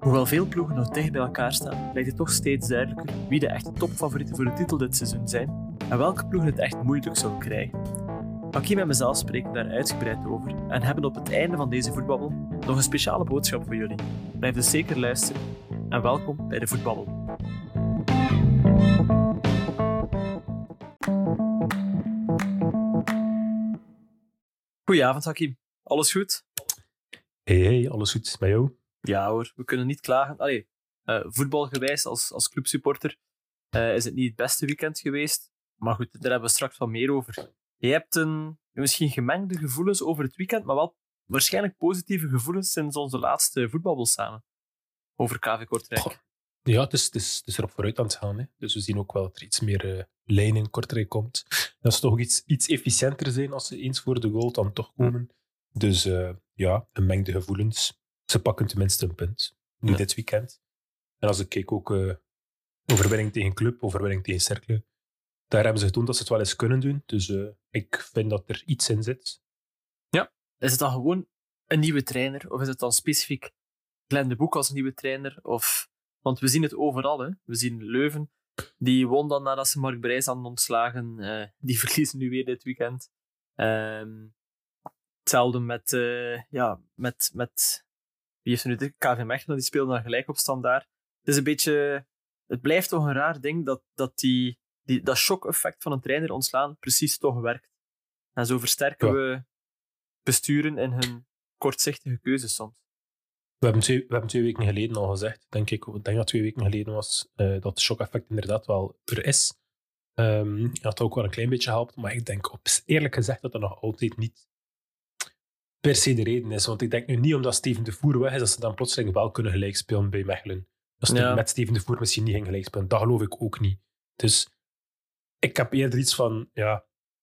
Hoewel veel ploegen nog dicht bij elkaar staan, lijkt het toch steeds duidelijker wie de echte topfavorieten voor de titel dit seizoen zijn en welke ploegen het echt moeilijk zullen krijgen. Hakim en mezelf spreken daar uitgebreid over en hebben op het einde van deze voetbabbel nog een speciale boodschap voor jullie. Blijf dus zeker luisteren en welkom bij de Voetbabbel. Goedenavond Hakim, alles goed? Hey, alles goed bij jou? Ja hoor, we kunnen niet klagen. Voetbalgewijs als clubsupporter is het niet het beste weekend geweest. Maar goed, daar hebben we straks wat meer over. Je hebt misschien gemengde gevoelens over het weekend, maar wel waarschijnlijk positieve gevoelens sinds onze laatste voetbabbel samen. Over KV Kortrijk. Ja, het is erop vooruit aan het gaan. Hè. Dus we zien ook wel dat er iets meer lijn in Kortrijk komt. Dat ze toch iets efficiënter zijn als ze eens voor de goal dan toch komen. Dus ja, gemengde gevoelens. Ze pakken tenminste een punt. Nu dit weekend. En als ik kijk ook overwinning tegen Club, overwinning tegen Cercle. Daar hebben ze getoond dat ze het wel eens kunnen doen. Dus ik vind dat er iets in zit. Ja, is het dan gewoon een nieuwe trainer? Of is het dan specifiek Glenn de Boek als nieuwe trainer? Want we zien het overal. Hè? We zien Leuven, die won dan nadat ze Mark Brijs hadden ontslagen. Die verliezen nu weer dit weekend. Hetzelfde met wie heeft er nu dit? KV Mechelen, die speelde dan gelijk op Standaard. Het is een beetje... Het blijft toch een raar ding dat shock-effect van een trainer ontslaan precies toch werkt. En zo versterken we besturen in hun kortzichtige keuzes soms. We hebben 2 weken geleden al gezegd, denk dat 2 weken geleden was, dat het shock-effect inderdaad wel er is. Dat ook wel een klein beetje helpt, maar ik denk eerlijk gezegd dat dat nog altijd niet per se de reden is. Want ik denk nu niet omdat Steven de Voer weg is, dat ze dan plotseling wel kunnen gelijkspelen bij Mechelen. Dat ze met Steven de Voer misschien niet ging gelijkspelen. Dat geloof ik ook niet. Dus ik heb eerder iets van, ja,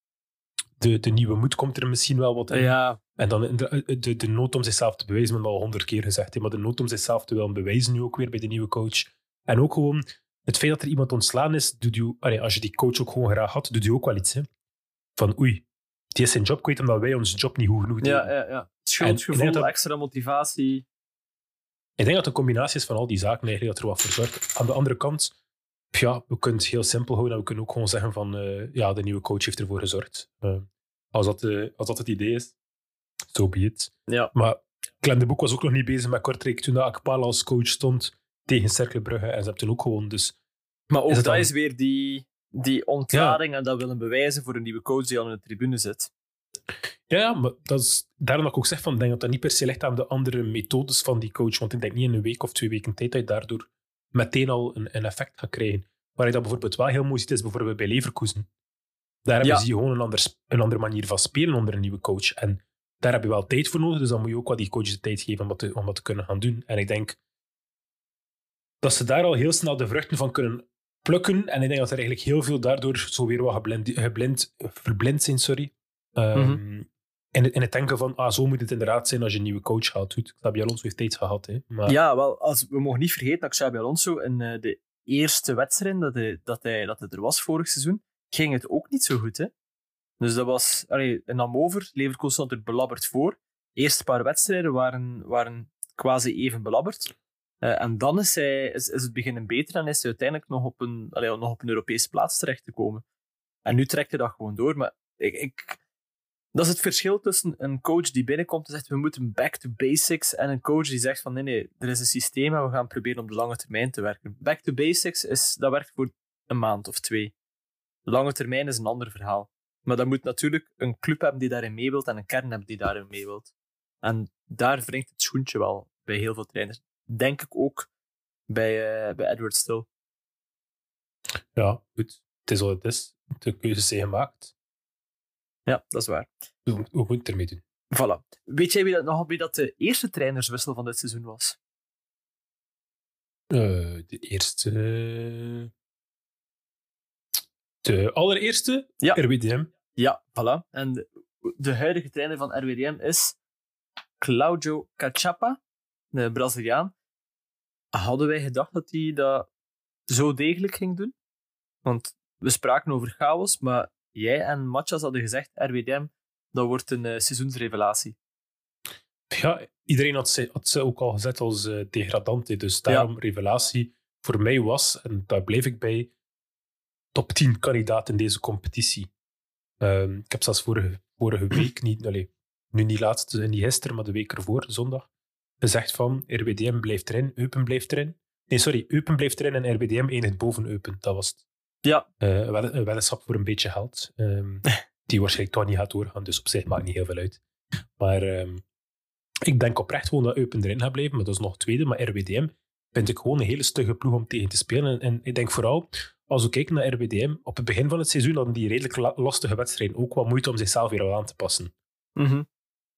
de nieuwe moed komt er misschien wel wat in. Ja. En dan de nood om zichzelf te bewijzen, we hebben al 100 keer gezegd, maar de nood om zichzelf te willen bewijzen nu ook weer bij de nieuwe coach. En ook gewoon, het feit dat er iemand ontslaan is, als je die coach ook gewoon graag had, doet hij ook wel iets. Hè? Van oei, die is zijn job kwijt omdat wij onze job niet goed genoeg doen. Ja. Schuldgevoel, extra motivatie. Ik denk dat het een combinatie is van al die zaken eigenlijk dat er wat voor zorgt. Aan de andere kant, ja, we kunnen het heel simpel houden en we kunnen ook gewoon zeggen van de nieuwe coach heeft ervoor gezorgd. Als dat het idee is, so be it. Ja. Maar Glenn de Boek was ook nog niet bezig met Kortrijk toen Akpala als coach stond tegen Cercle Brugge en ze hebben toen ook gewoon. Dus maar ook dat is weer die ontlading en dat willen bewijzen voor een nieuwe coach die al in de tribune zit. Ja, maar dat is daarom dat ik ook zeg van, ik denk dat dat niet per se ligt aan de andere methodes van die coach, want ik denk niet in een week of 2 weken tijd dat je daardoor meteen al een effect gaat krijgen. Waar je dat bijvoorbeeld wel heel mooi ziet, is bijvoorbeeld bij Leverkusen. Daar hebben ze gewoon een andere manier van spelen onder een nieuwe coach. En daar heb je wel tijd voor nodig, dus dan moet je ook wat die coach de tijd geven om dat te kunnen gaan doen. En ik denk dat ze daar al heel snel de vruchten van kunnen plukken. En ik denk dat er eigenlijk heel veel daardoor zo weer wat verblind zijn, sorry. In het denken van, zo moet het inderdaad zijn als je een nieuwe coach gaat. Xabi Alonso heeft tijd gehad. Hè, maar... Ja, wel, we mogen niet vergeten dat Xabi Alonso in de eerste wedstrijd dat hij er was vorig seizoen, ging het ook niet zo goed. Hè? Dus dat was, in Amover, Leverkusen stond er belabberd voor. De eerste paar wedstrijden waren quasi even belabberd. En dan is het beginnen beter en is hij uiteindelijk nog op een Europese plaats terecht te komen. En nu trekt hij dat gewoon door. Maar dat is het verschil tussen een coach die binnenkomt en zegt we moeten back to basics en een coach die zegt van nee, er is een systeem en we gaan proberen op de lange termijn te werken. Back to basics, dat werkt voor een maand of 2. De lange termijn is een ander verhaal. Maar dan moet natuurlijk een club hebben die daarin mee wilt en een kern hebben die daarin mee wilt. En daar wringt het schoentje wel bij heel veel trainers. Denk ik ook bij Edward Still. Ja, goed. Het is wat het is. De keuzes zijn gemaakt. Ja, dat is waar. We moeten het ermee doen. Voilà. Weet jij wie dat de eerste trainerswissel van dit seizoen was? De eerste... De allereerste? Ja. RWDM. Ja, voilà. En de huidige trainer van RWDM is Claudio Cachapa, de Braziliaan. Hadden wij gedacht dat hij dat zo degelijk ging doen? Want we spraken over chaos, maar jij en Matjas hadden gezegd, RWDM, dat wordt een seizoensrevelatie. Ja, iedereen had ze ook al gezet als degradant. Hè. Dus daarom revelatie voor mij was, en daar bleef ik bij, top 10 kandidaat in deze competitie. Ik heb zelfs vorige week, nu niet laatst, niet gisteren, maar de week ervoor, zondag, gezegd van RWDM blijft erin, Eupen blijft erin. Nee, sorry, Eupen blijft erin en RWDM eindigt boven Eupen. Dat was het. Ja. Een weddenschap voor een beetje geld. Die waarschijnlijk toch niet gaat doorgaan, dus op zich maakt niet heel veel uit. Maar ik denk oprecht gewoon dat Eupen erin gaat blijven, maar dat is nog tweede. Maar RWDM vind ik gewoon een hele stugge ploeg om tegen te spelen. En ik denk vooral, als we kijken naar RWDM, op het begin van het seizoen hadden die redelijk lastige wedstrijden ook wat moeite om zichzelf weer aan te passen. Mm-hmm.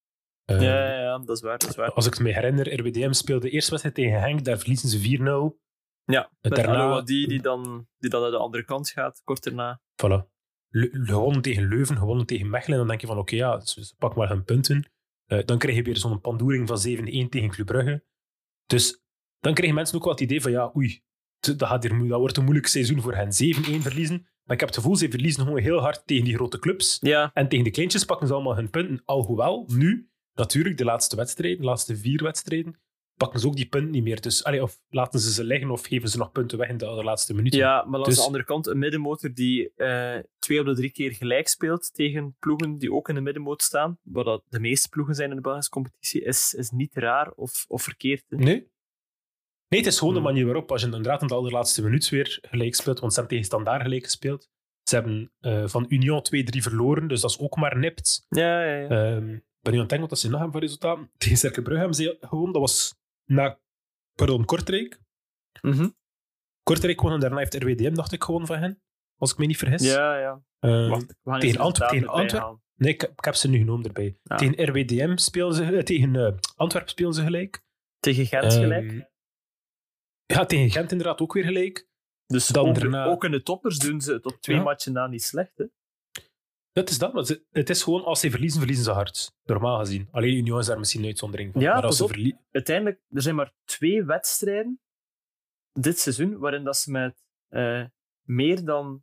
Ja, dat is waar. Als ik me herinner, RWDM speelde de eerste wedstrijd tegen Genk, daar verliezen ze 4-0. Ja, daarna die dan naar de andere kant gaat, kort daarna. Voilà. Gewonnen tegen Leuven, gewonnen tegen Mechelen. En dan denk je van, oké, ze pakken maar hun punten. Dan krijg je weer zo'n pandoering van 7-1 tegen Club Brugge. Dus dan krijgen mensen ook wel het idee van, ja, oei, dat wordt een moeilijk seizoen voor hen. 7-1 verliezen. Maar ik heb het gevoel, ze verliezen gewoon heel hard tegen die grote clubs. Ja. En tegen de kleintjes pakken ze allemaal hun punten. Alhoewel, nu, natuurlijk, de laatste 4 wedstrijden, pakken ze ook die punten niet meer. Dus, of laten ze liggen of geven ze nog punten weg in de laatste minuten. Ja, maar langs de andere kant, een middenmotor die 2 op de 3 keer gelijk speelt tegen ploegen die ook in de middenmoot staan, waar dat de meeste ploegen zijn in de Belgische competitie, is niet raar of verkeerd. Hè? Nee, het is gewoon de manier waarop, als je inderdaad in de allerlaatste minuut weer gelijk speelt, want ze hebben tegen Standaard gelijk gespeeld. Ze hebben van Union 2-3 verloren, dus dat is ook maar nipt. Ja. Ik ben nu aan het denken wat ze nog hebben voor resultaten. Tegen Cercle Brugge hebben ze gewonnen, dat was Kortrijk. Mm-hmm. Kortrijk won en daarna heeft RWDM, dacht ik, gewonnen van hen, als ik me niet vergis. Ja. Tegen Antwerpen. Nee, ik heb ze nu genoemd erbij. Ja. Tegen RWDM spelen ze, tegen Antwerpen spelen ze gelijk. Tegen Gent gelijk. Ja, tegen Gent inderdaad ook weer gelijk. Dus dan ook in de toppers doen ze het op 2 matchen na niet slecht, hè? Dat is dat, maar het is gewoon, als ze verliezen ze hard. Normaal gezien. Alleen Union is daar misschien een uitzondering van. Ja, maar als uiteindelijk, er zijn maar 2 wedstrijden dit seizoen waarin dat ze met meer dan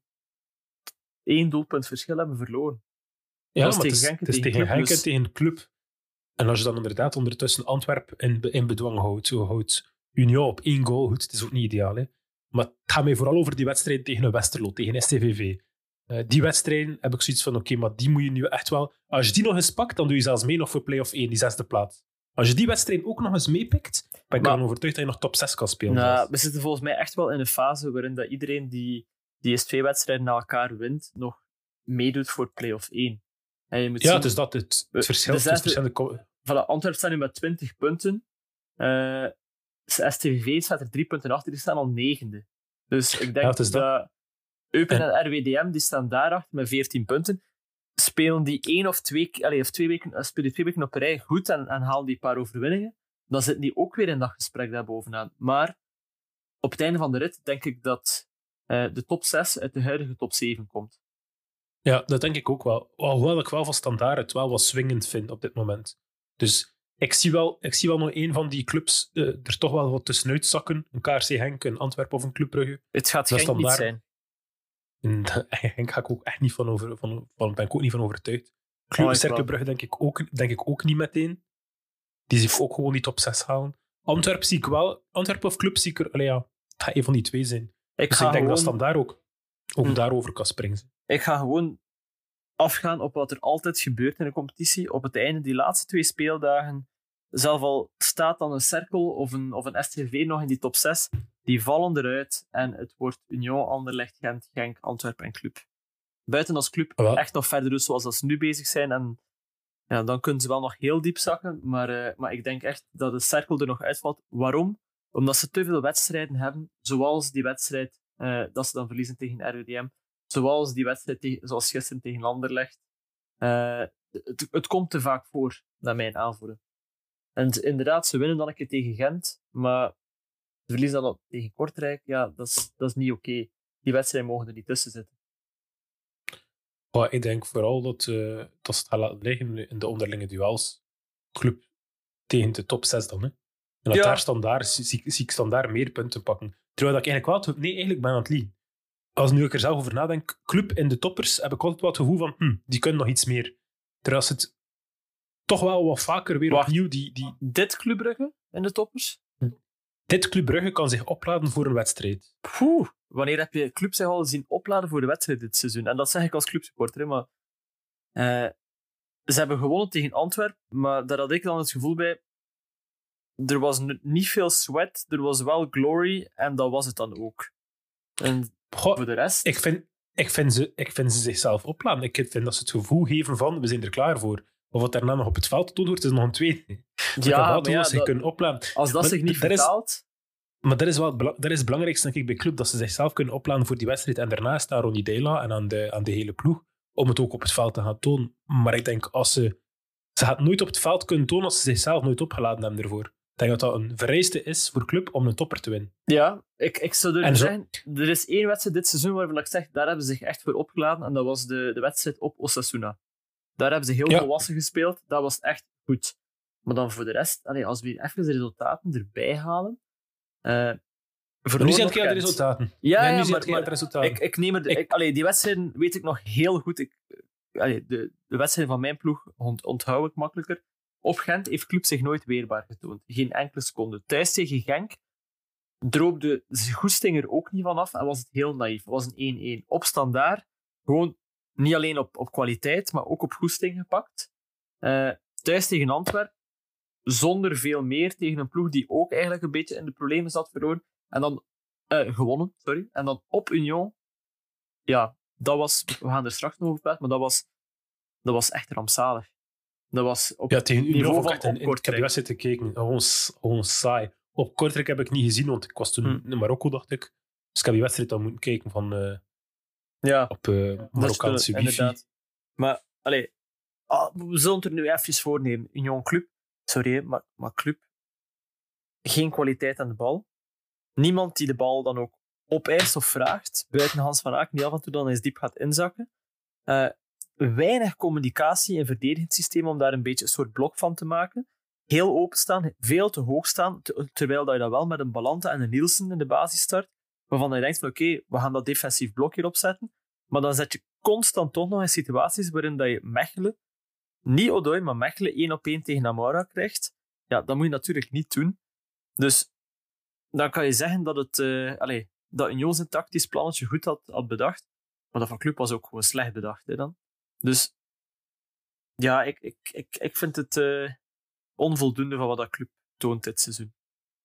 1 doelpunt verschil hebben verloren. Ja, maar het is tegen Genk en tegen Club. En als je dan inderdaad ondertussen Antwerpen in bedwang houdt, zo houdt Union op 1 goal, goed, het is ook niet ideaal, hè. Maar het gaat mij vooral over die wedstrijd tegen Westerlo, tegen STVV. Die wedstrijden heb ik zoiets van, oké, maar die moet je nu echt wel... Als je die nog eens pakt, dan doe je zelfs mee nog voor play-off 1, die 6e plaats. Als je die wedstrijd ook nog eens meepikt, ben ik ervan overtuigd dat je nog top 6 kan spelen. Nou, we zitten volgens mij echt wel in een fase waarin dat iedereen die eens 2 wedstrijden na elkaar wint, nog meedoet voor play-off 1. En je moet zien, het is dat. Het verschil tussen... Antwerpen staat nu met 20 punten. STVV staat er 3 punten achter, die staan al 9e. Dus ik denk dat Eupen en RWDM die staan daarachter met 14 punten. Spelen die 2 weken op een rij goed en halen die een paar overwinningen, dan zitten die ook weer in dat gesprek daar bovenaan. Maar op het einde van de rit denk ik dat de top 6 uit de huidige top 7 komt. Ja, dat denk ik ook wel. Hoewel ik wel van Standaard het wel wat swingend vind op dit moment. Dus ik zie wel nog een van die clubs er toch wel wat tussenuit zakken. Een KRC Genk, een Antwerpen of een Club Brugge. Het gaat Genk niet zijn. Genk ga ik ook echt niet van ben ik ook niet van overtuigd. Cercle Brugge denk ik ook niet meteen. Die zie ik ook gewoon die top 6 halen. Antwerpen zie ik wel. Antwerpen of Club zie ik er... het gaat een van die 2 zijn. Ik denk dat Standaard ook daarover kan springen. Ik ga gewoon afgaan op wat er altijd gebeurt in de competitie. Op het einde, die laatste 2 speeldagen, zelf al staat dan een Cercle of een STV nog in die top 6, die vallen eruit en het wordt Union, Anderlecht, Gent, Genk, Antwerpen en Club. Buiten als Club echt nog verder dus zoals dat ze nu bezig zijn. En ja, dan kunnen ze wel nog heel diep zakken, maar ik denk echt dat de Cercle er nog uitvalt. Waarom? Omdat ze te veel wedstrijden hebben, zoals die wedstrijd dat ze dan verliezen tegen RWDM. Zoals die wedstrijd zoals gisteren tegen Anderlecht. Het komt te vaak voor, naar mijn aanvoelen. En inderdaad, ze winnen dan een keer tegen Gent, maar ze verliezen dan tegen Kortrijk. Ja, dat is niet oké. Die wedstrijden mogen er niet tussen zitten. Ik denk vooral dat ze het gaan laten liggen in de onderlinge duels. Club tegen de top 6 dan. Hè? En dat daar Standaard, zie ik Standaard meer punten pakken. Terwijl dat ik eigenlijk wel... Nee, eigenlijk ben ik aan het liegen. Als nu ik er zelf over nadenk, Club in de toppers, heb ik altijd wel het gevoel van, die kunnen nog iets meer. Terwijl toch wel wat vaker weer Wacht. opnieuw Dit Club Brugge in de toppers? Dit Club Brugge kan zich opladen voor een wedstrijd. Poeh, wanneer heb je club zich al zien opladen voor de wedstrijd dit seizoen? En dat zeg ik als clubsupporter, hè, maar ze hebben gewonnen tegen Antwerpen, maar daar had ik dan het gevoel bij, er was niet veel sweat, er was wel glory en dat was het dan ook. En voor de rest... Ik vind ze zichzelf opladen. Ik vind dat ze het gevoel geven van, we zijn er klaar voor. Of wat daarna nog op het veld toont wordt, is nog een tweede. Zich kunnen opladen. Als dat zich niet vertaalt... Maar dat is het belangrijkste, denk ik, bij club, dat ze zichzelf kunnen opladen voor die wedstrijd. En daarna staat Ronny Deila en aan de hele ploeg om het ook op het veld te gaan tonen. Maar ik denk, ze gaat nooit op het veld kunnen tonen als ze zichzelf nooit opgeladen hebben ervoor. Ik denk dat dat een vereiste is voor club om een topper te winnen. Ja, ik zou durven zeggen, er is 1 wedstrijd dit seizoen waarvan ik zeg, daar hebben ze zich echt voor opgeladen. En dat was de wedstrijd op Osasuna. Daar hebben ze heel volwassen gespeeld. Dat was echt goed. Maar dan voor de rest, als we even de resultaten erbij halen... nu zijn het de resultaten. Ik neem die wedstrijden weet ik nog heel goed. De wedstrijden van mijn ploeg onthoud ik makkelijker. Op Gent heeft club zich nooit weerbaar getoond. Geen enkele seconde. Thuis tegen Genk droop de goesting er ook niet van af en was het heel naïef. Het was een 1-1. Op Standaard, gewoon niet alleen op kwaliteit, maar ook op goesting gepakt. Thuis tegen Antwerpen, zonder veel meer tegen een ploeg die ook eigenlijk een beetje in de problemen zat, verloren. En dan gewonnen, sorry. En dan op Union. Ja, dat was... We gaan er straks nog over praten, maar dat was echt rampzalig. Dat was op tegen niveau van ik heb die wedstrijd gekeken. Gewoon saai. Op Kortrijk heb ik niet gezien, want ik was toen in Marokko, dacht ik. Dus ik heb die wedstrijd dan moeten kijken op Marokkaanse wifi. Inderdaad. Maar, we zullen het er nu even voornemen. Union Club. Sorry, maar Club. Geen kwaliteit aan de bal. Niemand die de bal dan ook opeist of vraagt. Buiten Hans van Aken, die af en toe dan eens diep gaat inzakken. Weinig communicatie in verdedigingssysteem om daar een beetje een soort blok van te maken. Heel openstaan, veel te hoog staan, terwijl dat je dat wel met een Balanta en een Nielsen in de basis start, waarvan je denkt van oké, we gaan dat defensief blok hierop zetten. Maar dan zet je constant toch nog in situaties waarin dat je Mechelen, niet Odoi, maar Mechelen 1-op-1 tegen Amora krijgt. Ja, dat moet je natuurlijk niet doen. Dus dan kan je zeggen dat dat Union zijn tactisch plannetje goed had bedacht. Maar dat van club was ook gewoon slecht bedacht. Hè, dan. Dus ja, ik vind het onvoldoende van wat dat club toont dit seizoen.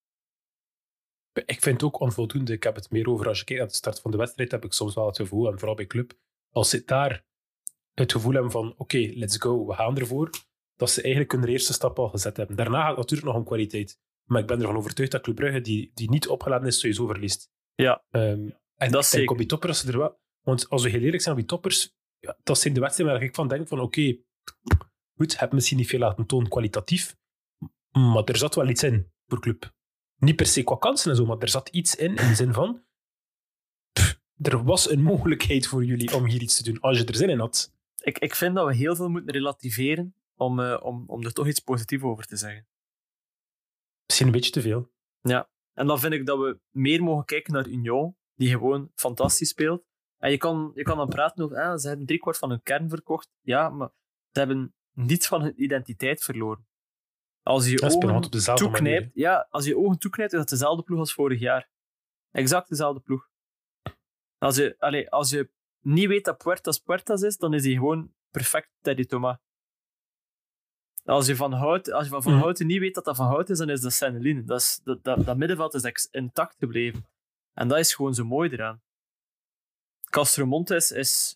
Ik vind het ook onvoldoende. Ik heb het meer over, als je kijkt aan de start van de wedstrijd, heb ik soms wel het gevoel, en vooral bij club, als ze daar het gevoel hebben van oké, let's go, we gaan ervoor, dat ze eigenlijk hun eerste stap al gezet hebben. Daarna gaat het natuurlijk nog om kwaliteit. Maar ik ben ervan overtuigd dat Club Brugge, die niet opgeladen is, sowieso verliest. Ja, en dat ik denk op die toppers, er wel... Want als we heel eerlijk zijn op die toppers, ja, dat zijn de wedstrijden waar ik van denk van oké, goed, heb misschien niet veel laten tonen kwalitatief, maar er zat wel iets in voor club. Niet per se qua kansen en zo, maar er zat iets in de zin van er was een mogelijkheid voor jullie om hier iets te doen, als je er zin in had. Ik vind dat we heel veel moeten relativeren om er toch iets positiefs over te zeggen. Misschien een beetje te veel. Ja, en dan vind ik dat we meer mogen kijken naar Union, die gewoon fantastisch speelt. En je kan dan praten over, ze hebben 3/4 van hun kern verkocht. Ja, maar ze hebben niets van hun identiteit verloren. Als je ogen toeknijpt, als je ogen toeknijpt, is dat dezelfde ploeg als vorig jaar. Exact dezelfde ploeg. Als je niet weet dat Puertas is, dan is hij gewoon perfect Teddy Thomas. Als je van Houten niet weet dat dat van Houten is, dan is dat Senneline. Dat middenveld is intact gebleven. En dat is gewoon zo mooi eraan. Castro Montes is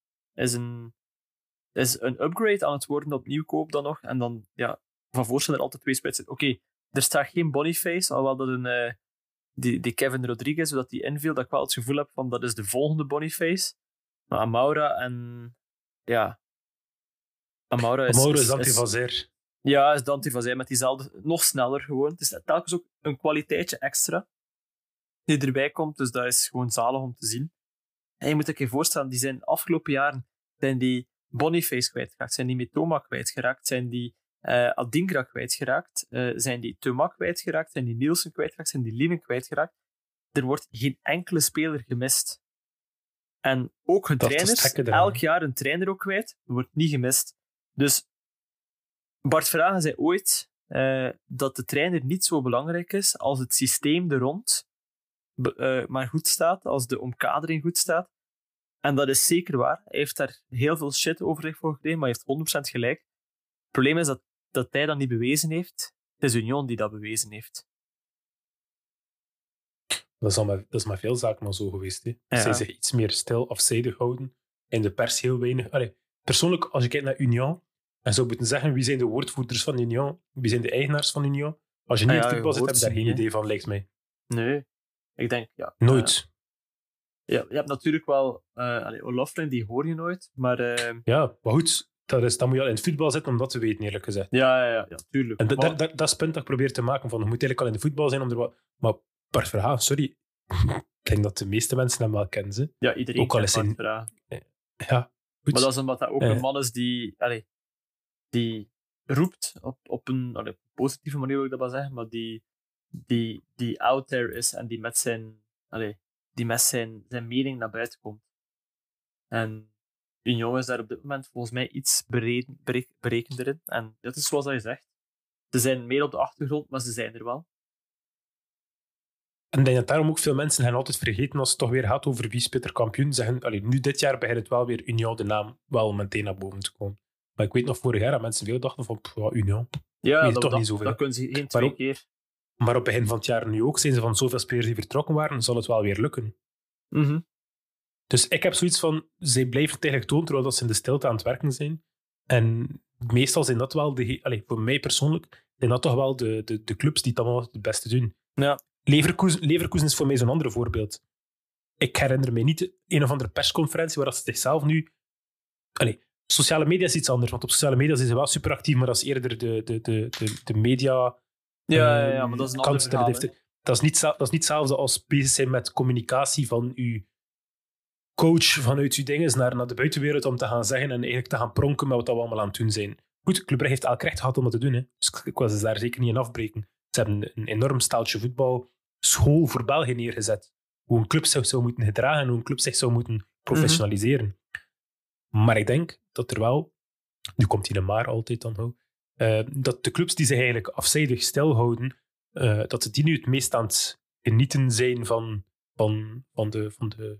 een upgrade aan het worden op nieuwkoop dan nog. En dan, van voorstel er altijd 2 spitsen. Oké, er staat geen Boniface, alhoewel dat die Kevin Rodriguez, zodat die inviel, dat ik wel het gevoel heb van dat is de volgende Boniface. Maar Amaura en... Ja... Amaura is Dante Vazer. Ja, is Dante Vazer met diezelfde... Nog sneller gewoon. Het is telkens ook een kwaliteitje extra die erbij komt. Dus dat is gewoon zalig om te zien. En je moet je voorstellen, die zijn afgelopen jaren zijn die Boniface kwijtgeraakt, zijn die Mitoma kwijtgeraakt, zijn die Adingra kwijtgeraakt, zijn die Thuma kwijtgeraakt, zijn die Nielsen kwijtgeraakt, zijn die Lienen kwijtgeraakt. Er wordt geen enkele speler gemist. En ook hun trainers, elk jaar een trainer ook kwijt, wordt niet gemist. Dus Bart Vragen zei ooit dat de trainer niet zo belangrijk is als het systeem er rond maar goed staat, als de omkadering goed staat. En dat is zeker waar. Hij heeft daar heel veel shit over voor gekregen, maar hij heeft 100% gelijk. Het probleem is dat hij dat niet bewezen heeft. Het is Union die dat bewezen heeft. Dat is met veel zaken al zo geweest. Hè. Ja. Zij zich iets meer stil, afzijdig houden. In de pers heel weinig. Allee, persoonlijk, als je kijkt naar Union, en zou moeten zeggen wie zijn de woordvoerders van Union, wie zijn de eigenaars van Union. Als je niet in het voetbal zit, heb je daar geen idee van, lijkt mij. Nee, ik denk, ja. Nooit. Ja, je hebt natuurlijk wel O'Loughlin, die hoor je nooit, maar... Ja, maar goed, dan moet je al in het voetbal zitten om dat te weten, eerlijk gezegd. Ja, tuurlijk. En dat is het punt dat ik probeer te maken, van je moet eigenlijk al in de voetbal zijn om er wat... Maar Bart Verhagen, sorry, ik denk dat de meeste mensen hem wel kennen. Ze. Ja, iedereen ook kent Bart Verhagen. Ja, goed. Maar dat is omdat hij ook een man is die roept op een positieve manier, wil ik dat wel zeggen, maar die out there is en die met zijn mening naar buiten komt. En Union is daar op dit moment volgens mij iets berekender in. En dat is zoals je zegt. Ze zijn meer op de achtergrond, maar ze zijn er wel. En ik denk dat daarom ook veel mensen gaan altijd vergeten als het toch weer gaat over wie speelt er kampioen. Zeggen, nu dit jaar begint het wel weer Union de naam wel meteen naar boven te komen. Maar ik weet nog vorig jaar dat mensen veel dachten van Union. Ja, dat kunnen ze geen twee keer. Maar op het begin van het jaar nu ook zijn ze van zoveel spelers die vertrokken waren, zal het wel weer lukken. Mm-hmm. Dus ik heb zoiets van, zij blijven het eigenlijk tonen terwijl dat ze in de stilte aan het werken zijn. En meestal zijn dat wel, voor mij persoonlijk, zijn dat toch wel de clubs die het allemaal het beste doen. Ja. Leverkusen is voor mij zo'n ander voorbeeld. Ik herinner me niet een of andere persconferentie waar ze zichzelf nu... sociale media is iets anders, want op sociale media zijn ze wel super actief, maar dat is eerder de media... Ja, maar dat is een ander verhaal. Dat is niet hetzelfde als bezig zijn met communicatie van uw coach vanuit uw dingen naar de buitenwereld om te gaan zeggen en eigenlijk te gaan pronken met wat we allemaal aan het doen zijn. Goed, Club Brugge heeft elk recht gehad om dat te doen. Hè. Dus ik was daar zeker niet in afbreken. Ze hebben een enorm staaltje voetbal school voor België neergezet. Hoe een club zich zou moeten gedragen en hoe een club zich zou moeten professionaliseren. Mm-hmm. Maar ik denk dat er wel, nu komt hij de maar altijd dan, dat de clubs die zich eigenlijk afzijdig stilhouden, dat die nu het meest aan het genieten zijn van de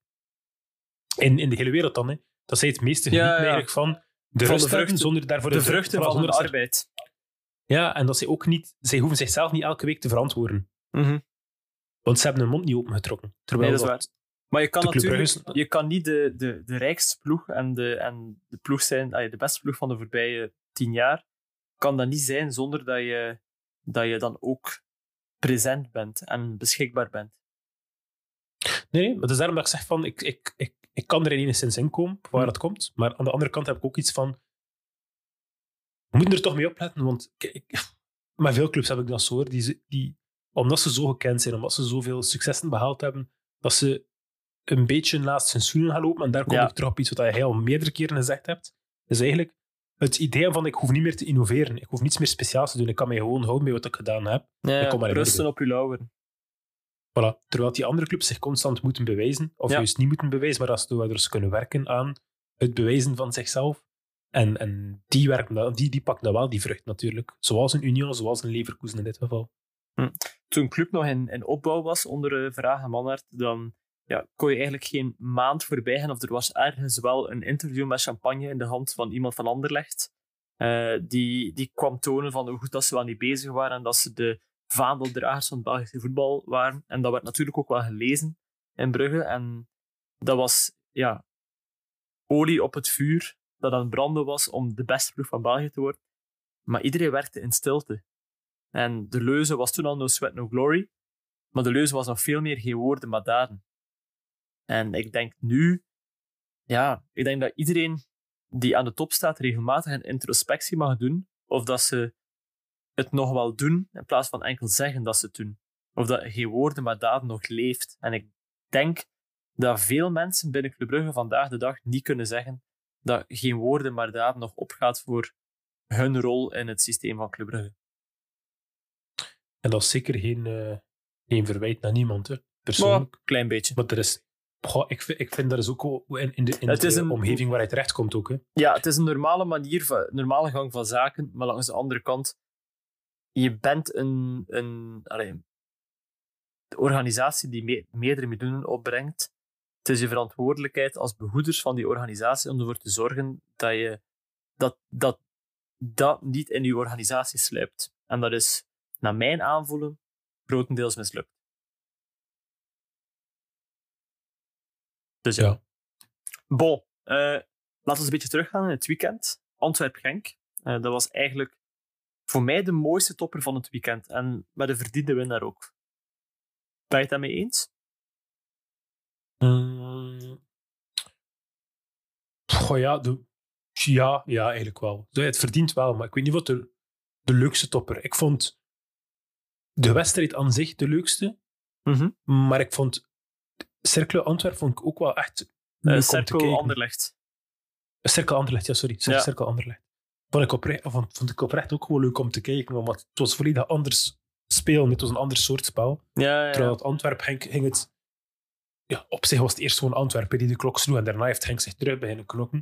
in de hele wereld dan. Hè. Dat zij het meeste genieten eigenlijk van de rust hebben, zonder daarvoor de vruchten van de arbeid. Ja, en dat zij hoeven zichzelf niet elke week te verantwoorden. Mm-hmm. Want ze hebben hun mond niet opengetrokken. Nee, dat is waar. Maar je kan natuurlijk je kan niet de rijkste ploeg en de ploeg zijn, de beste ploeg van de voorbije 10 jaar, kan dat niet zijn zonder dat je dan ook present bent en beschikbaar bent. Nee, maar het is daarom dat ik zeg van, ik kan er enigszins in komen, waar dat komt. Maar aan de andere kant heb ik ook iets van, we moeten er toch mee opletten, want met veel clubs heb ik dat zo hoor, die omdat ze zo gekend zijn, omdat ze zoveel successen behaald hebben, dat ze een beetje naast hun schoenen gaan lopen. En daar kom ik terug op iets wat je al meerdere keren gezegd hebt. Dus eigenlijk het idee van, ik hoef niet meer te innoveren. Ik hoef niets meer speciaals te doen. Ik kan mij gewoon houden met wat ik gedaan heb. Ja, rusten op je lauweren. Voilà. Terwijl die andere clubs zich constant moeten bewijzen. Of juist niet moeten bewijzen, maar als ze kunnen werken aan het bewijzen van zichzelf. En die pakken dan wel die vrucht natuurlijk. Zoals een Union, zoals een Leverkusen in dit geval. Toen een club nog in opbouw was onder Vraag en Manhart, dan kon je eigenlijk geen maand voorbij gaan of er was ergens wel een interview met champagne in de hand van iemand van Anderlecht die kwam tonen van hoe goed dat ze wel niet bezig waren en dat ze de vaandeldragers van het Belgische voetbal waren. En dat werd natuurlijk ook wel gelezen in Brugge. En dat was olie op het vuur dat aan het branden was om de beste ploeg van België te worden. Maar iedereen werkte in stilte. En de leuze was toen al no sweat, no glory. Maar de leuze was nog veel meer geen woorden, maar daden. En ik denk nu... ik denk dat iedereen die aan de top staat regelmatig een introspectie mag doen. Of dat ze het nog wel doen, in plaats van enkel zeggen dat ze het doen. Of dat geen woorden, maar daden nog leeft. En ik denk dat veel mensen binnen Club Brugge vandaag de dag niet kunnen zeggen dat geen woorden, maar daden nog opgaat voor hun rol in het systeem van Club Brugge. En dat is zeker geen verwijt naar niemand, hè. Persoonlijk. Klein beetje. Maar er Goh, ik vind dat is ook wel in de Het is omgeving waar hij terechtkomt ook. Hè. Ja, het is een normale gang van zaken, maar langs de andere kant, je bent de organisatie die meerdere miljoenen opbrengt. Het is je verantwoordelijkheid als behoeders van die organisatie om ervoor te zorgen dat je dat niet in je organisatie sluipt. En dat is, naar mijn aanvoelen, grotendeels mislukt. Dus ja. Bon, laten we een beetje teruggaan in het weekend. Antwerp-Genk. Dat was eigenlijk voor mij de mooiste topper van het weekend. En met een verdiende winnaar ook. Ben je het daarmee eens? Ja, eigenlijk wel. Het verdient wel, maar ik weet niet wat de leukste topper. Ik vond de wedstrijd aan zich de leukste. Maar ik vond Cercle Antwerp vond ik ook wel echt leuk om te kijken. Anderlecht. Cercle Anderlecht, ja, sorry. Cercle Anderlecht. Vond ik oprecht ook gewoon leuk om te kijken, want het was volledig anders spelen. Het was een ander soort spel. Ja. Terwijl het Antwerp ging het... Ja, op zich was het eerst gewoon Antwerpen die de klok sloeg en daarna heeft Genk zich terug beginnen knokken.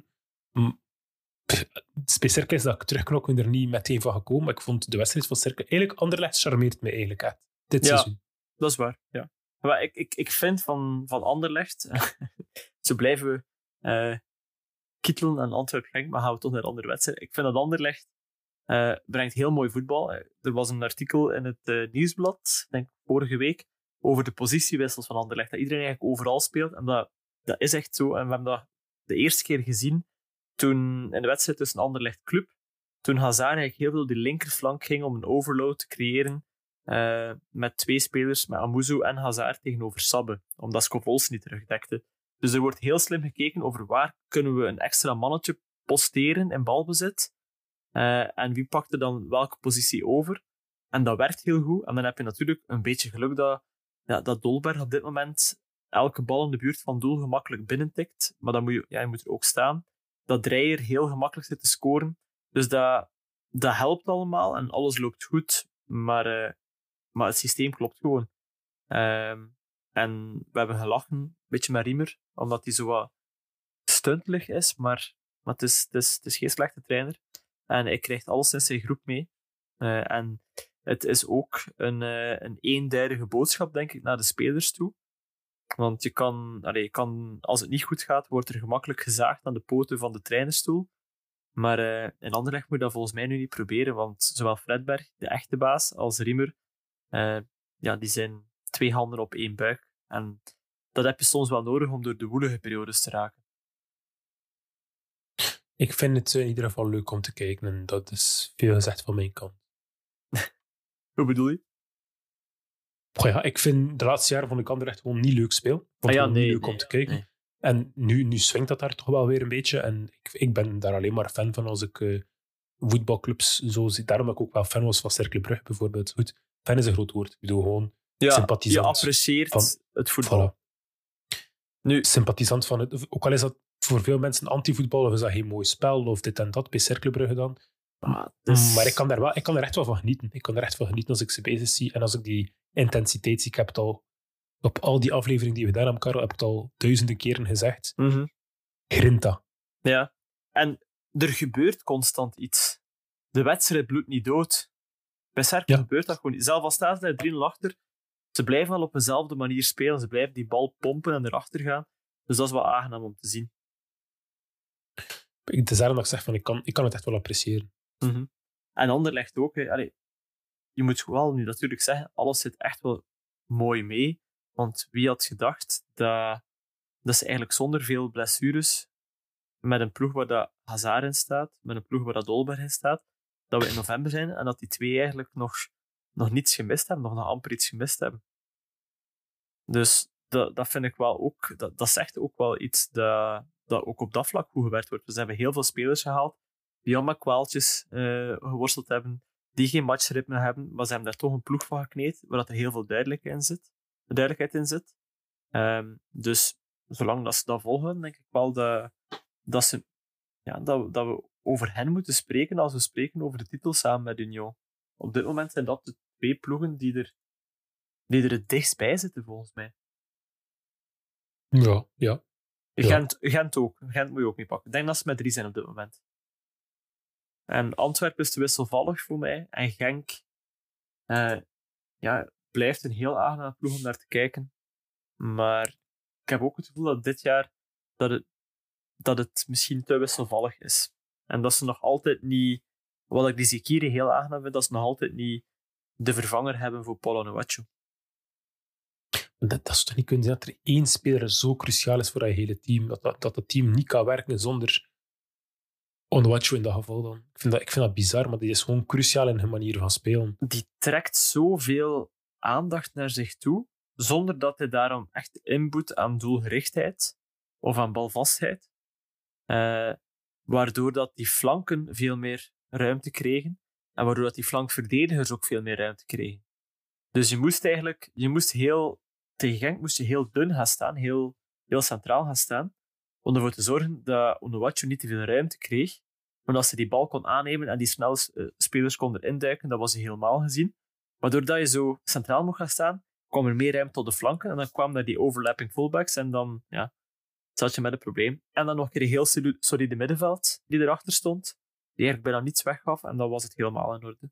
Bij Cercle is dat terugknokken er niet meteen van gekomen, maar ik vond de wedstrijd van Cercle... Eigenlijk, Anderlecht charmeert me eigenlijk echt. Dit seizoen. Dat is waar, ja. Maar ik vind van Anderlecht... Zo blijven we kietelen aan Antwerp-Genk, maar gaan we toch naar een andere wedstrijd. Ik vind dat Anderlecht brengt heel mooi voetbal. Er was een artikel in het Nieuwsblad, denk ik vorige week, over de positiewissels van Anderlecht. Dat iedereen eigenlijk overal speelt. En dat is echt zo. En we hebben dat de eerste keer gezien toen in de wedstrijd tussen Anderlecht Club. Toen Hazard eigenlijk heel veel de linkerflank ging om een overload te creëren met twee spelers, met Amuzu en Hazard tegenover Sabbe, omdat Scovolsi niet terugdekte. Dus er wordt heel slim gekeken over waar kunnen we een extra mannetje posteren in balbezit. En wie pakte dan welke positie over. En dat werkt heel goed. En dan heb je natuurlijk een beetje geluk dat Dolberg op dit moment elke bal in de buurt van doel gemakkelijk binnentikt. Maar dan je moet er ook staan. Dat Dreyer heel gemakkelijk zit te scoren. Dus dat helpt allemaal en alles loopt goed. Maar het systeem klopt gewoon. En we hebben gelachen, een beetje met Riemer, omdat hij zo wat stuntelig is, maar het is geen slechte trainer. En hij krijgt alles in zijn groep mee. En het is ook een eenduidige boodschap, denk ik, naar de spelers toe. Want je kan, als het niet goed gaat, wordt er gemakkelijk gezaagd aan de poten van de trainerstoel. Maar in Anderlecht moet je dat volgens mij nu niet proberen, want zowel Fredberg, de echte baas, als Riemer, die zijn 2 handen op 1 buik. En dat heb je soms wel nodig om door de woelige periodes te raken. Ik vind het in ieder geval leuk om te kijken en dat is veel gezegd van mijn kant. Hoe bedoel je? Ik vind de laatste jaren vond ik Anderlecht gewoon niet leuk spelen. Niet leuk om te kijken. Nee. En nu swingt dat daar toch wel weer een beetje. En ik ben daar alleen maar fan van als ik voetbalclubs zo zie. Daarom dat ik ook wel fan was van Cercle Brugge bijvoorbeeld. Goed, fan is een groot woord. Ik bedoel gewoon sympathisant. Je apprecieert van het voetbal. Voilà. Nu, sympathisant van het... Ook al is dat voor veel mensen anti-voetbal of is dat geen mooi spel of dit en dat bij Cercle Brugge dan. Maar ik kan er echt wel van genieten. Ik kan er echt van genieten als ik ze bezig zie en als ik die intensiteit zie. Ik heb het al op al die afleveringen die we gedaan hebben, Karel, heb ik het al duizenden keren gezegd. Grinta. Ja, en er gebeurt constant iets. De wedstrijd bloedt niet dood. Bij Cercle gebeurt dat gewoon niet. Zelfs al staan ze daar 3-0 achter, ze blijven al op dezelfde manier spelen. Ze blijven die bal pompen en erachter gaan. Dus dat is wel aangenaam om te zien. Het is daarom dat ik zeg, van, ik kan het echt wel appreciëren. En Anderlecht ook. Je moet wel nu natuurlijk zeggen, alles zit echt wel mooi mee. Want wie had gedacht dat ze eigenlijk zonder veel blessures, met een ploeg waar dat Hazard in staat, met een ploeg waar dat Dolberg in staat, dat we in november zijn en dat die twee eigenlijk nog niets gemist hebben, nog amper iets gemist hebben. Dus dat vind ik wel ook, dat zegt ook wel iets dat ook op dat vlak goed gewerkt wordt. Dus ze hebben heel veel spelers gehaald die al met kwaaltjes geworsteld hebben, die geen matchritme hebben, maar ze hebben daar toch een ploeg van gekneed, waar dat er heel veel duidelijkheid in zit. Dus zolang dat ze dat volgen, denk ik wel dat we over hen moeten spreken als we spreken over de titel samen met Union. Op dit moment zijn dat de 2 ploegen die er het dichtst bij zitten, volgens mij. Ja, ja. Gent ook. Gent moet je ook mee pakken. Ik denk dat ze met 3 zijn op dit moment. En Antwerpen is te wisselvallig voor mij. En Genk blijft een heel aangename ploeg om naar te kijken. Maar ik heb ook het gevoel dat dit jaar dat het misschien te wisselvallig is. En dat ze nog altijd niet, wat ik die Zikiri heel aangenaam vind, dat ze nog altijd niet de vervanger hebben voor Paulo Onuachu. Dat is toch niet kunnen zijn dat er één speler zo cruciaal is voor je hele team. Dat het team niet kan werken zonder Onuachu in dat geval dan. Ik vind dat bizar, maar die is gewoon cruciaal in hun manier van spelen. Die trekt zoveel aandacht naar zich toe, zonder dat hij daarom echt inboet aan doelgerichtheid of aan balvastheid. Waardoor dat die flanken veel meer ruimte kregen en waardoor dat die flankverdedigers ook veel meer ruimte kregen. Dus tegen Genk moest je heel dun gaan staan, heel centraal gaan staan, om ervoor te zorgen dat Onuachu niet te veel ruimte kreeg. Maar als ze die bal kon aannemen en die snelle spelers konden induiken, dat was hij helemaal gezien. Maar doordat je zo centraal mocht gaan staan, kwam er meer ruimte tot de flanken en dan kwamen daar die overlapping fullbacks en dan zat je met een probleem. En dan nog een keer een heel solide middenveld die erachter stond, die eigenlijk bijna niets weggaf en dan was het helemaal in orde.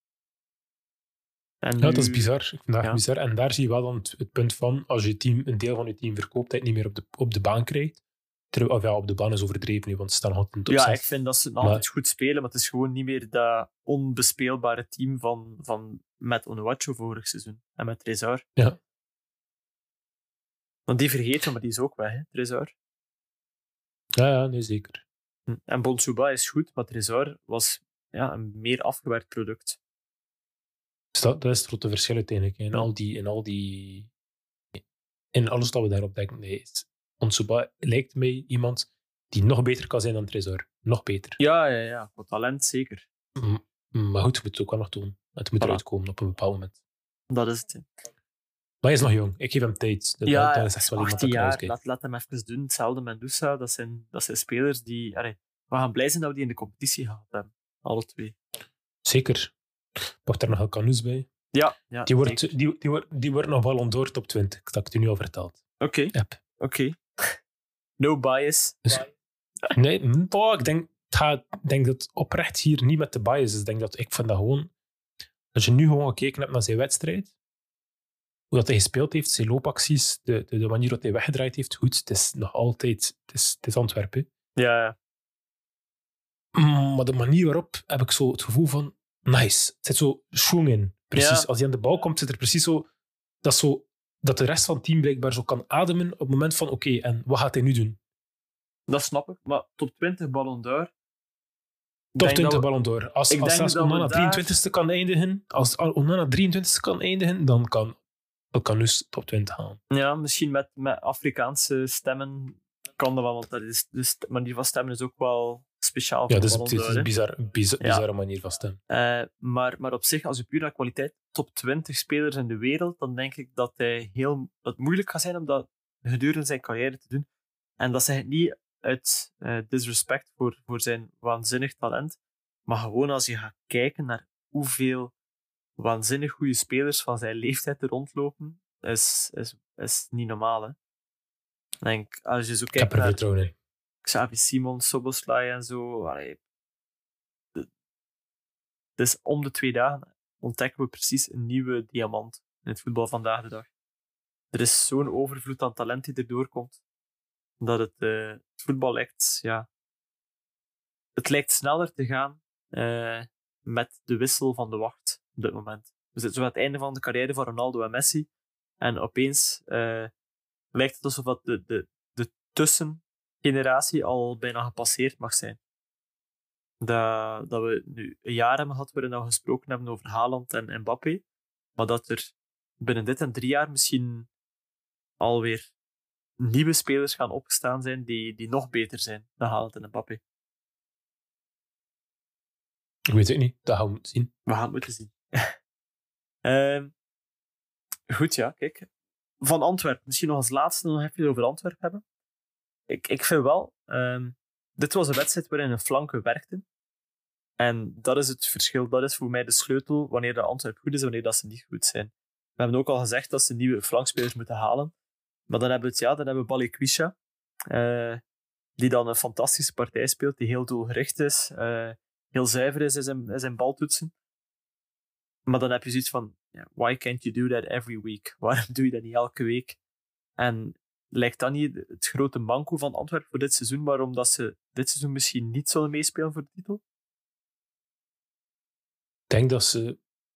En dat is bizar. Ik vind dat echt bizar. En daar zie je wel dan het punt van, als je team, een deel van je team verkoopt, dat je het niet meer op de baan krijgt. Of op de baan is overdreven nu, want ze staan altijd in top 6. Ja, ik vind dat ze het nog altijd goed spelen, maar het is gewoon niet meer dat onbespeelbare team van met Onuachu vorig seizoen. En met Trésor. Ja. Want die vergeten, maar die is ook weg, hè, Trésor. Ja, nee, zeker. En Bonsouba is goed, maar Trésor was een meer afgewerkt product. Dus dat is het grote verschil uiteindelijk. In alles dat we daarop denken, nee, Bonsouba lijkt mij iemand die nog beter kan zijn dan Trésor. Nog beter. Ja. Voor talent zeker. Maar goed, je moet het ook wel nog doen. Het moet eruit komen op een bepaald moment. Dat is het. Maar hij is nog jong. Ik geef hem tijd. Dat is echt wel 18 jaar. Laat hem even doen. Hetzelfde met Nusa. Dat zijn spelers die... we gaan blij zijn dat we die in de competitie gehad hebben. Alle twee. Zeker. Pak er nog El Canoes bij. Ja. Die wordt nog Ballon d'Or top 20. Dat heb ik je nu al verteld. Oké. No bias. Dus, nee, ik denk dat het oprecht hier niet met de bias is. Ik vind dat gewoon... Als je nu gewoon gekeken hebt naar zijn wedstrijd, hoe dat hij gespeeld heeft, zijn loopacties, de manier dat hij weggedraaid heeft, goed, het is nog altijd... Het is Antwerpen. Ja. Maar de manier waarop heb ik zo het gevoel van... Nice. Het zit zo schwung in. Precies. Ja. Als hij aan de bal komt, zit er precies zo... Dat de rest van het team blijkbaar zo kan ademen op het moment van oké, en wat gaat hij nu doen? Dat snap ik. Maar top 20 Ballon d'Or... Top 20 Ballon d'Or. Als Onana 23ste kan eindigen, dan kan El Canoes top 20 halen. Ja, misschien met Afrikaanse stemmen kan dat wel, want dat is, de manier van stemmen is ook wel speciaal. Ja, het is een bizarre manier van stemmen. Maar op zich, als je puur naar kwaliteit, top 20 spelers in de wereld, dan denk ik dat het moeilijk gaat zijn om dat gedurende zijn carrière te doen. En dat zeg ik niet uit disrespect voor zijn waanzinnig talent, maar gewoon als je gaat kijken naar hoeveel waanzinnig goede spelers van zijn leeftijd er rondlopen, is niet normaal. Hè? Denk, als je zo kijkt, ik heb er vertrouwen in. Xavi Simons, Szoboszlai en zo. Dus om de 2 dagen ontdekken we precies een nieuwe diamant in het voetbal vandaag de dag. Er is zo'n overvloed aan talent die erdoor komt, dat het voetbal lijkt, het lijkt sneller te gaan met de wissel van de wacht op dit moment. We zitten zo aan het einde van de carrière van Ronaldo en Messi en opeens lijkt het alsof de tussengeneratie al bijna gepasseerd mag zijn. Dat we nu een jaar hebben gehad waarin we gesproken hebben over Haaland en Mbappé, maar dat er binnen dit en 3 jaar misschien alweer nieuwe spelers gaan opgestaan zijn die nog beter zijn dan Haaland en Mbappé. Ik weet het niet, dat gaan we moeten zien. We gaan het moeten zien. Goed, ja, kijk. Van Antwerpen, misschien nog als laatste nog even over Antwerpen hebben. Ik vind wel, dit was een wedstrijd waarin de flanken werkten. En dat is het verschil, dat is voor mij de sleutel wanneer de Antwerpen goed is en wanneer dat ze niet goed zijn. We hebben ook al gezegd dat ze nieuwe flankspelers moeten halen. Maar dan hebben we Balikwisha, die dan een fantastische partij speelt, die heel doelgericht is, heel zuiver is in zijn baltoetsen. Maar dan heb je zoiets van, why can't you do that every week? Waarom doe je dat niet elke week? En lijkt dat niet het grote manco van Antwerpen voor dit seizoen, waarom dat ze dit seizoen misschien niet zullen meespelen voor de titel? Ik denk dat ze...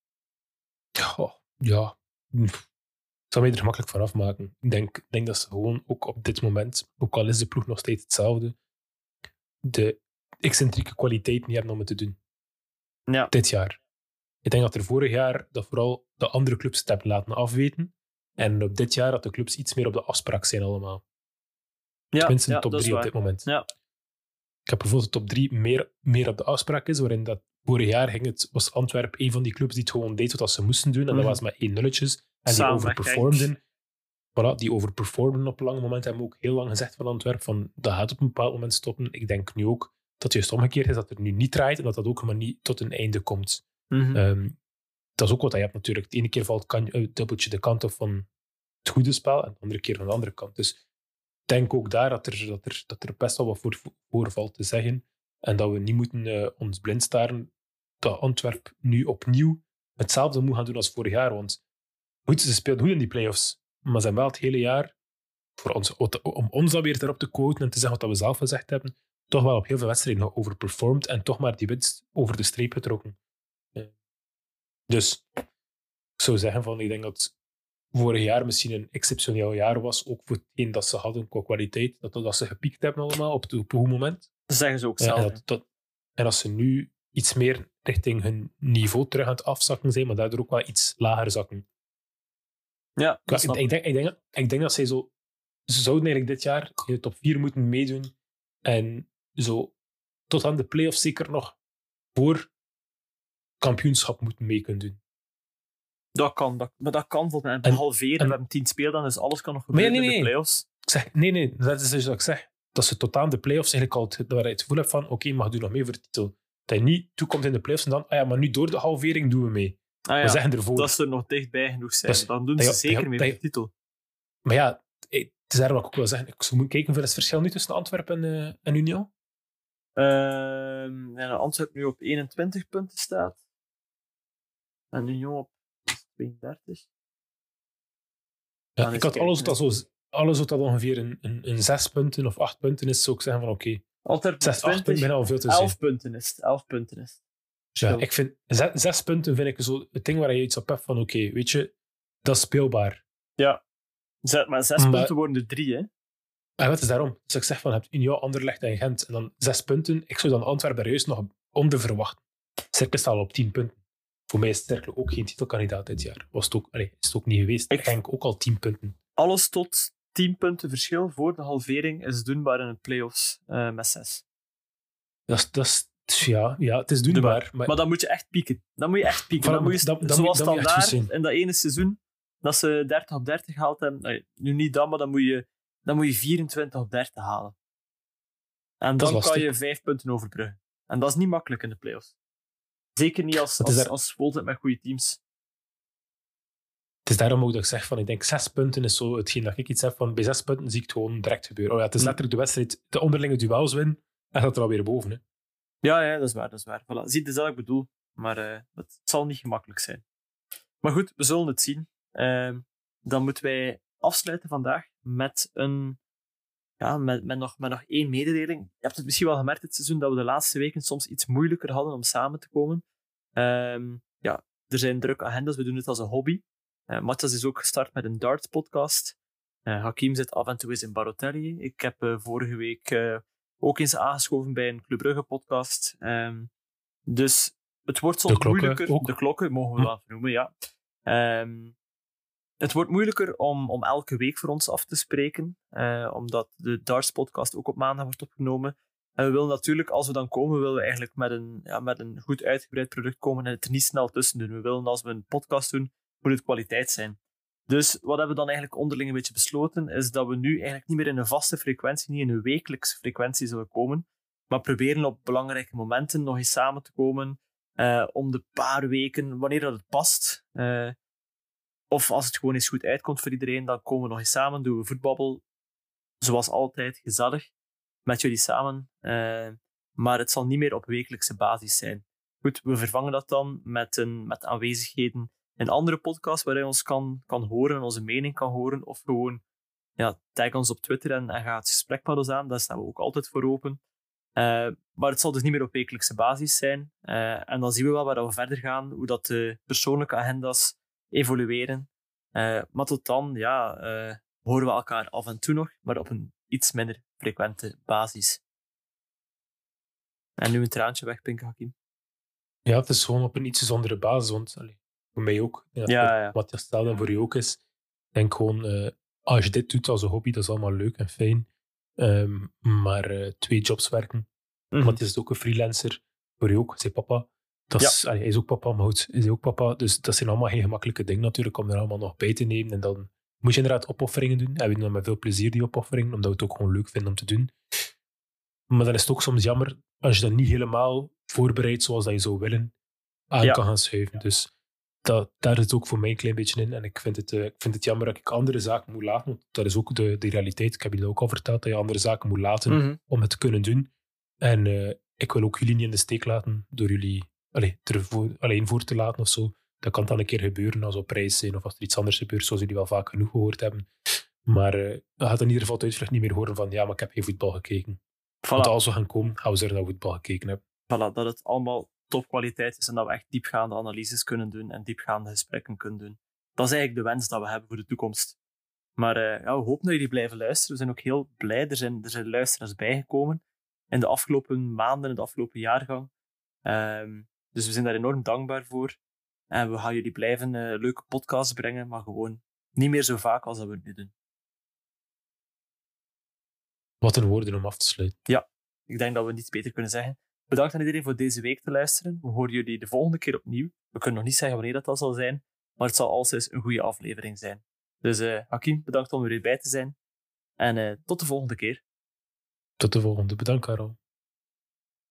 Ik zal mij er gemakkelijk van afmaken. Ik denk dat ze gewoon ook op dit moment, ook al is de ploeg nog steeds hetzelfde, de excentrieke kwaliteit niet hebben om het te doen. Ja. Dit jaar. Ik denk dat er vorig jaar dat vooral de andere clubs het hebben laten afweten. En op dit jaar dat de clubs iets meer op de afspraak zijn allemaal. Tenminste de top 3 op dit moment. Ja. Ik heb bijvoorbeeld de top 3 meer op de afspraak is, waarin dat vorig jaar was Antwerpen een van die clubs die het gewoon deed wat ze moesten doen. En dat was met 1 nulletjes. En die overperformden. Voilà, die overperformden op een lang moment. Hebben we ook heel lang gezegd van Antwerpen, van dat gaat op een bepaald moment stoppen. Ik denk nu ook dat het juist omgekeerd is, dat het nu niet draait en dat dat ook maar niet tot een einde komt. Dat is ook wat je hebt natuurlijk. De ene keer valt het dubbeltje de kant op van het goede spel en de andere keer van de andere kant. Dus ik denk ook daar dat er best wel wat voor valt te zeggen. En dat we niet moeten ons blind staren dat Antwerpen nu opnieuw hetzelfde moet gaan doen als vorig jaar. Want goed, ze speelden goed in die play-offs, maar ze hebben wel het hele jaar, om ons dan weer erop te quoten en te zeggen wat we zelf gezegd hebben, toch wel op heel veel wedstrijden nog overperformed en toch maar die winst over de streep getrokken. Dus ik zou zeggen van, ik denk dat vorig jaar misschien een exceptioneel jaar was, ook voor hetgeen dat ze hadden qua kwaliteit, dat ze gepiekt hebben allemaal op een goed moment. Dat zeggen ze ook zelf. En als ze nu iets meer richting hun niveau terug aan het afzakken zijn, maar daardoor ook wel iets lager zakken. Ja, ik denk dat zij zo... Ze zouden eigenlijk dit jaar in de top 4 moeten meedoen en zo tot aan de play-offs zeker nog voor kampioenschap moeten mee kunnen doen. Dat kan, maar dat kan volgens mij halveren. We hebben 10 speeldagen, dus alles kan nog gebeuren in de play-offs. Ik zeg, nee, dat is dus wat ik zeg. Dat ze tot aan de play-offs eigenlijk al waar je het gevoel hebt van oké, mag doe nog mee voor de titel. Dat je niet toekomt in de play-offs en dan, maar nu door de halvering doen we mee. We zeggen ervoor. Dat ze er nog dichtbij genoeg zijn. Dan doen ze zeker mee voor de titel. Maar ja, het is daar wat ik ook wil zeggen. Ik zou moeten kijken hoeveel is het verschil nu tussen Antwerpen en Union? Antwerpen nu op 21 punten staat. En Union op 32. Ja, ik had alles wat dat ongeveer een 6 punten of 8 punten is, zou ik zeggen van oké. 6, 8 punten ben al veel te 11 punten is het. 11 punten is het. Ja, ik vind 6 punten vind ik zo het ding waar je iets op hebt van oké, weet je, dat is speelbaar. Ja, maar 6 punten worden er 3, hè? En wat is daarom? Dus ik zeg van, je hebt Union, Anderlecht en Gent en dan 6 punten. Ik zou dan Antwerpen juist nog onder verwachten. Cercle staat al op 10 punten. Voor mij is Cercle ook geen titelkandidaat dit jaar. Is het ook niet geweest. Ik denk ook al 10 punten. Alles tot 10 punten verschil voor de halvering is doenbaar in de play-offs met 6. Ja, het is doenbaar. Maar dan moet je echt pieken. Dan moet je echt pieken. Dan moet je, zoals standaard in dat ene seizoen, dat ze 30 op 30 gehaald hebben. Nee, nu niet dat, maar dan moet je 24 op 30 halen. En dan kan je 5 punten overbruggen. En dat is niet makkelijk in de play-offs. Zeker niet als Volt met goede teams. Het is daarom ook dat ik zeg van, ik denk 6 punten is zo hetgeen dat ik iets heb van, bij 6 punten zie ik het gewoon direct gebeuren. Het is letterlijk de wedstrijd, de onderlinge duels winnen, en gaat er alweer boven. Hè. Ja, dat is waar. Voilà. Zie, dat is wat ik bedoel. Maar het zal niet gemakkelijk zijn. Maar goed, we zullen het zien. Dan moeten wij afsluiten vandaag met nog 1 mededeling. Je hebt het misschien wel gemerkt dit seizoen dat we de laatste weken soms iets moeilijker hadden om samen te komen. Er zijn drukke agendas, we doen het als een hobby. Matthias is ook gestart met een darts-podcast. Hakim zit af en toe eens in Barotelli. Ik heb vorige week ook eens aangeschoven bij een Club Brugge-podcast. Dus het wordt soms moeilijker. Ook. De klokken mogen we wel noemen, ja. Het wordt moeilijker om elke week voor ons af te spreken, omdat de darts-podcast ook op maandag wordt opgenomen. En we willen natuurlijk, als we dan komen, willen we eigenlijk met een goed uitgebreid product komen en het er niet snel tussen doen. We willen, als we een podcast doen, moet het kwaliteit zijn. Dus wat hebben we dan eigenlijk onderling een beetje besloten, is dat we nu eigenlijk niet meer in een vaste frequentie, niet in een wekelijkse frequentie zullen komen, maar proberen op belangrijke momenten nog eens samen te komen, om de paar weken, wanneer dat het past, Of als het gewoon eens goed uitkomt voor iedereen, dan komen we nog eens samen, doen we voetbabbel. Zoals altijd, gezellig. Met jullie samen. Maar het zal niet meer op wekelijkse basis zijn. Goed, we vervangen dat dan met aanwezigheden in andere podcasts waar hij ons kan horen, onze mening kan horen. Of gewoon tag ons op Twitter en ga het gesprek met ons aan. Daar staan we ook altijd voor open. Maar het zal dus niet meer op wekelijkse basis zijn. En dan zien we wel waar we verder gaan, hoe dat de persoonlijke agenda's evolueren. Maar tot dan, horen we elkaar af en toe nog, maar op een iets minder frequente basis. En nu een traantje wegpinken, Hakim. Ja, het is gewoon op een iets bijzondere basis. Want voor mij ook. Wat je stelt en voor je ook is. Ik denk gewoon, als je dit doet als een hobby, dat is allemaal leuk en fijn. Maar 2 jobs werken. Matthias is ook een freelancer. Voor je ook, zijn papa. Hij is ook papa, maar goed, is ook papa. Dus dat zijn allemaal geen gemakkelijke dingen natuurlijk om er allemaal nog bij te nemen. En dan moet je inderdaad opofferingen doen. En we doen dat met veel plezier, die opofferingen, omdat we het ook gewoon leuk vinden om te doen. Maar dan is het ook soms jammer als je dat niet helemaal voorbereidt zoals dat je zou willen aan kan gaan schuiven. Dus daar zit ook voor mij een klein beetje in. En ik vind het jammer dat ik andere zaken moet laten. Want dat is ook de realiteit. Ik heb je dat ook al verteld, dat je andere zaken moet laten om het te kunnen doen. En ik wil ook jullie niet in de steek laten door jullie alleen voor te laten of zo. Dat kan dan een keer gebeuren als we op reis zijn of als er iets anders gebeurt, zoals jullie wel vaak genoeg gehoord hebben. Maar je gaat in ieder geval het uitvlucht niet meer horen van maar ik heb geen voetbal gekeken. Voilà. Want als we gaan komen, gaan we zeggen dat we voetbal gekeken hebben. Voilà, dat het allemaal topkwaliteit is en dat we echt diepgaande analyses kunnen doen en diepgaande gesprekken kunnen doen. Dat is eigenlijk de wens dat we hebben voor de toekomst. Maar we hopen dat jullie blijven luisteren. We zijn ook heel blij. Er zijn luisteraars bijgekomen in de afgelopen maanden, in de afgelopen jaargang. Dus we zijn daar enorm dankbaar voor. En we gaan jullie blijven leuke podcasts brengen, maar gewoon niet meer zo vaak als dat we het nu doen. Wat een woorden om af te sluiten. Ja, ik denk dat we niets beter kunnen zeggen. Bedankt aan iedereen voor deze week te luisteren. We horen jullie de volgende keer opnieuw. We kunnen nog niet zeggen wanneer dat zal zijn, maar het zal altijd een goede aflevering zijn. Dus Hakim, bedankt om er weer bij te zijn. En tot de volgende keer. Tot de volgende. Bedankt, Karel.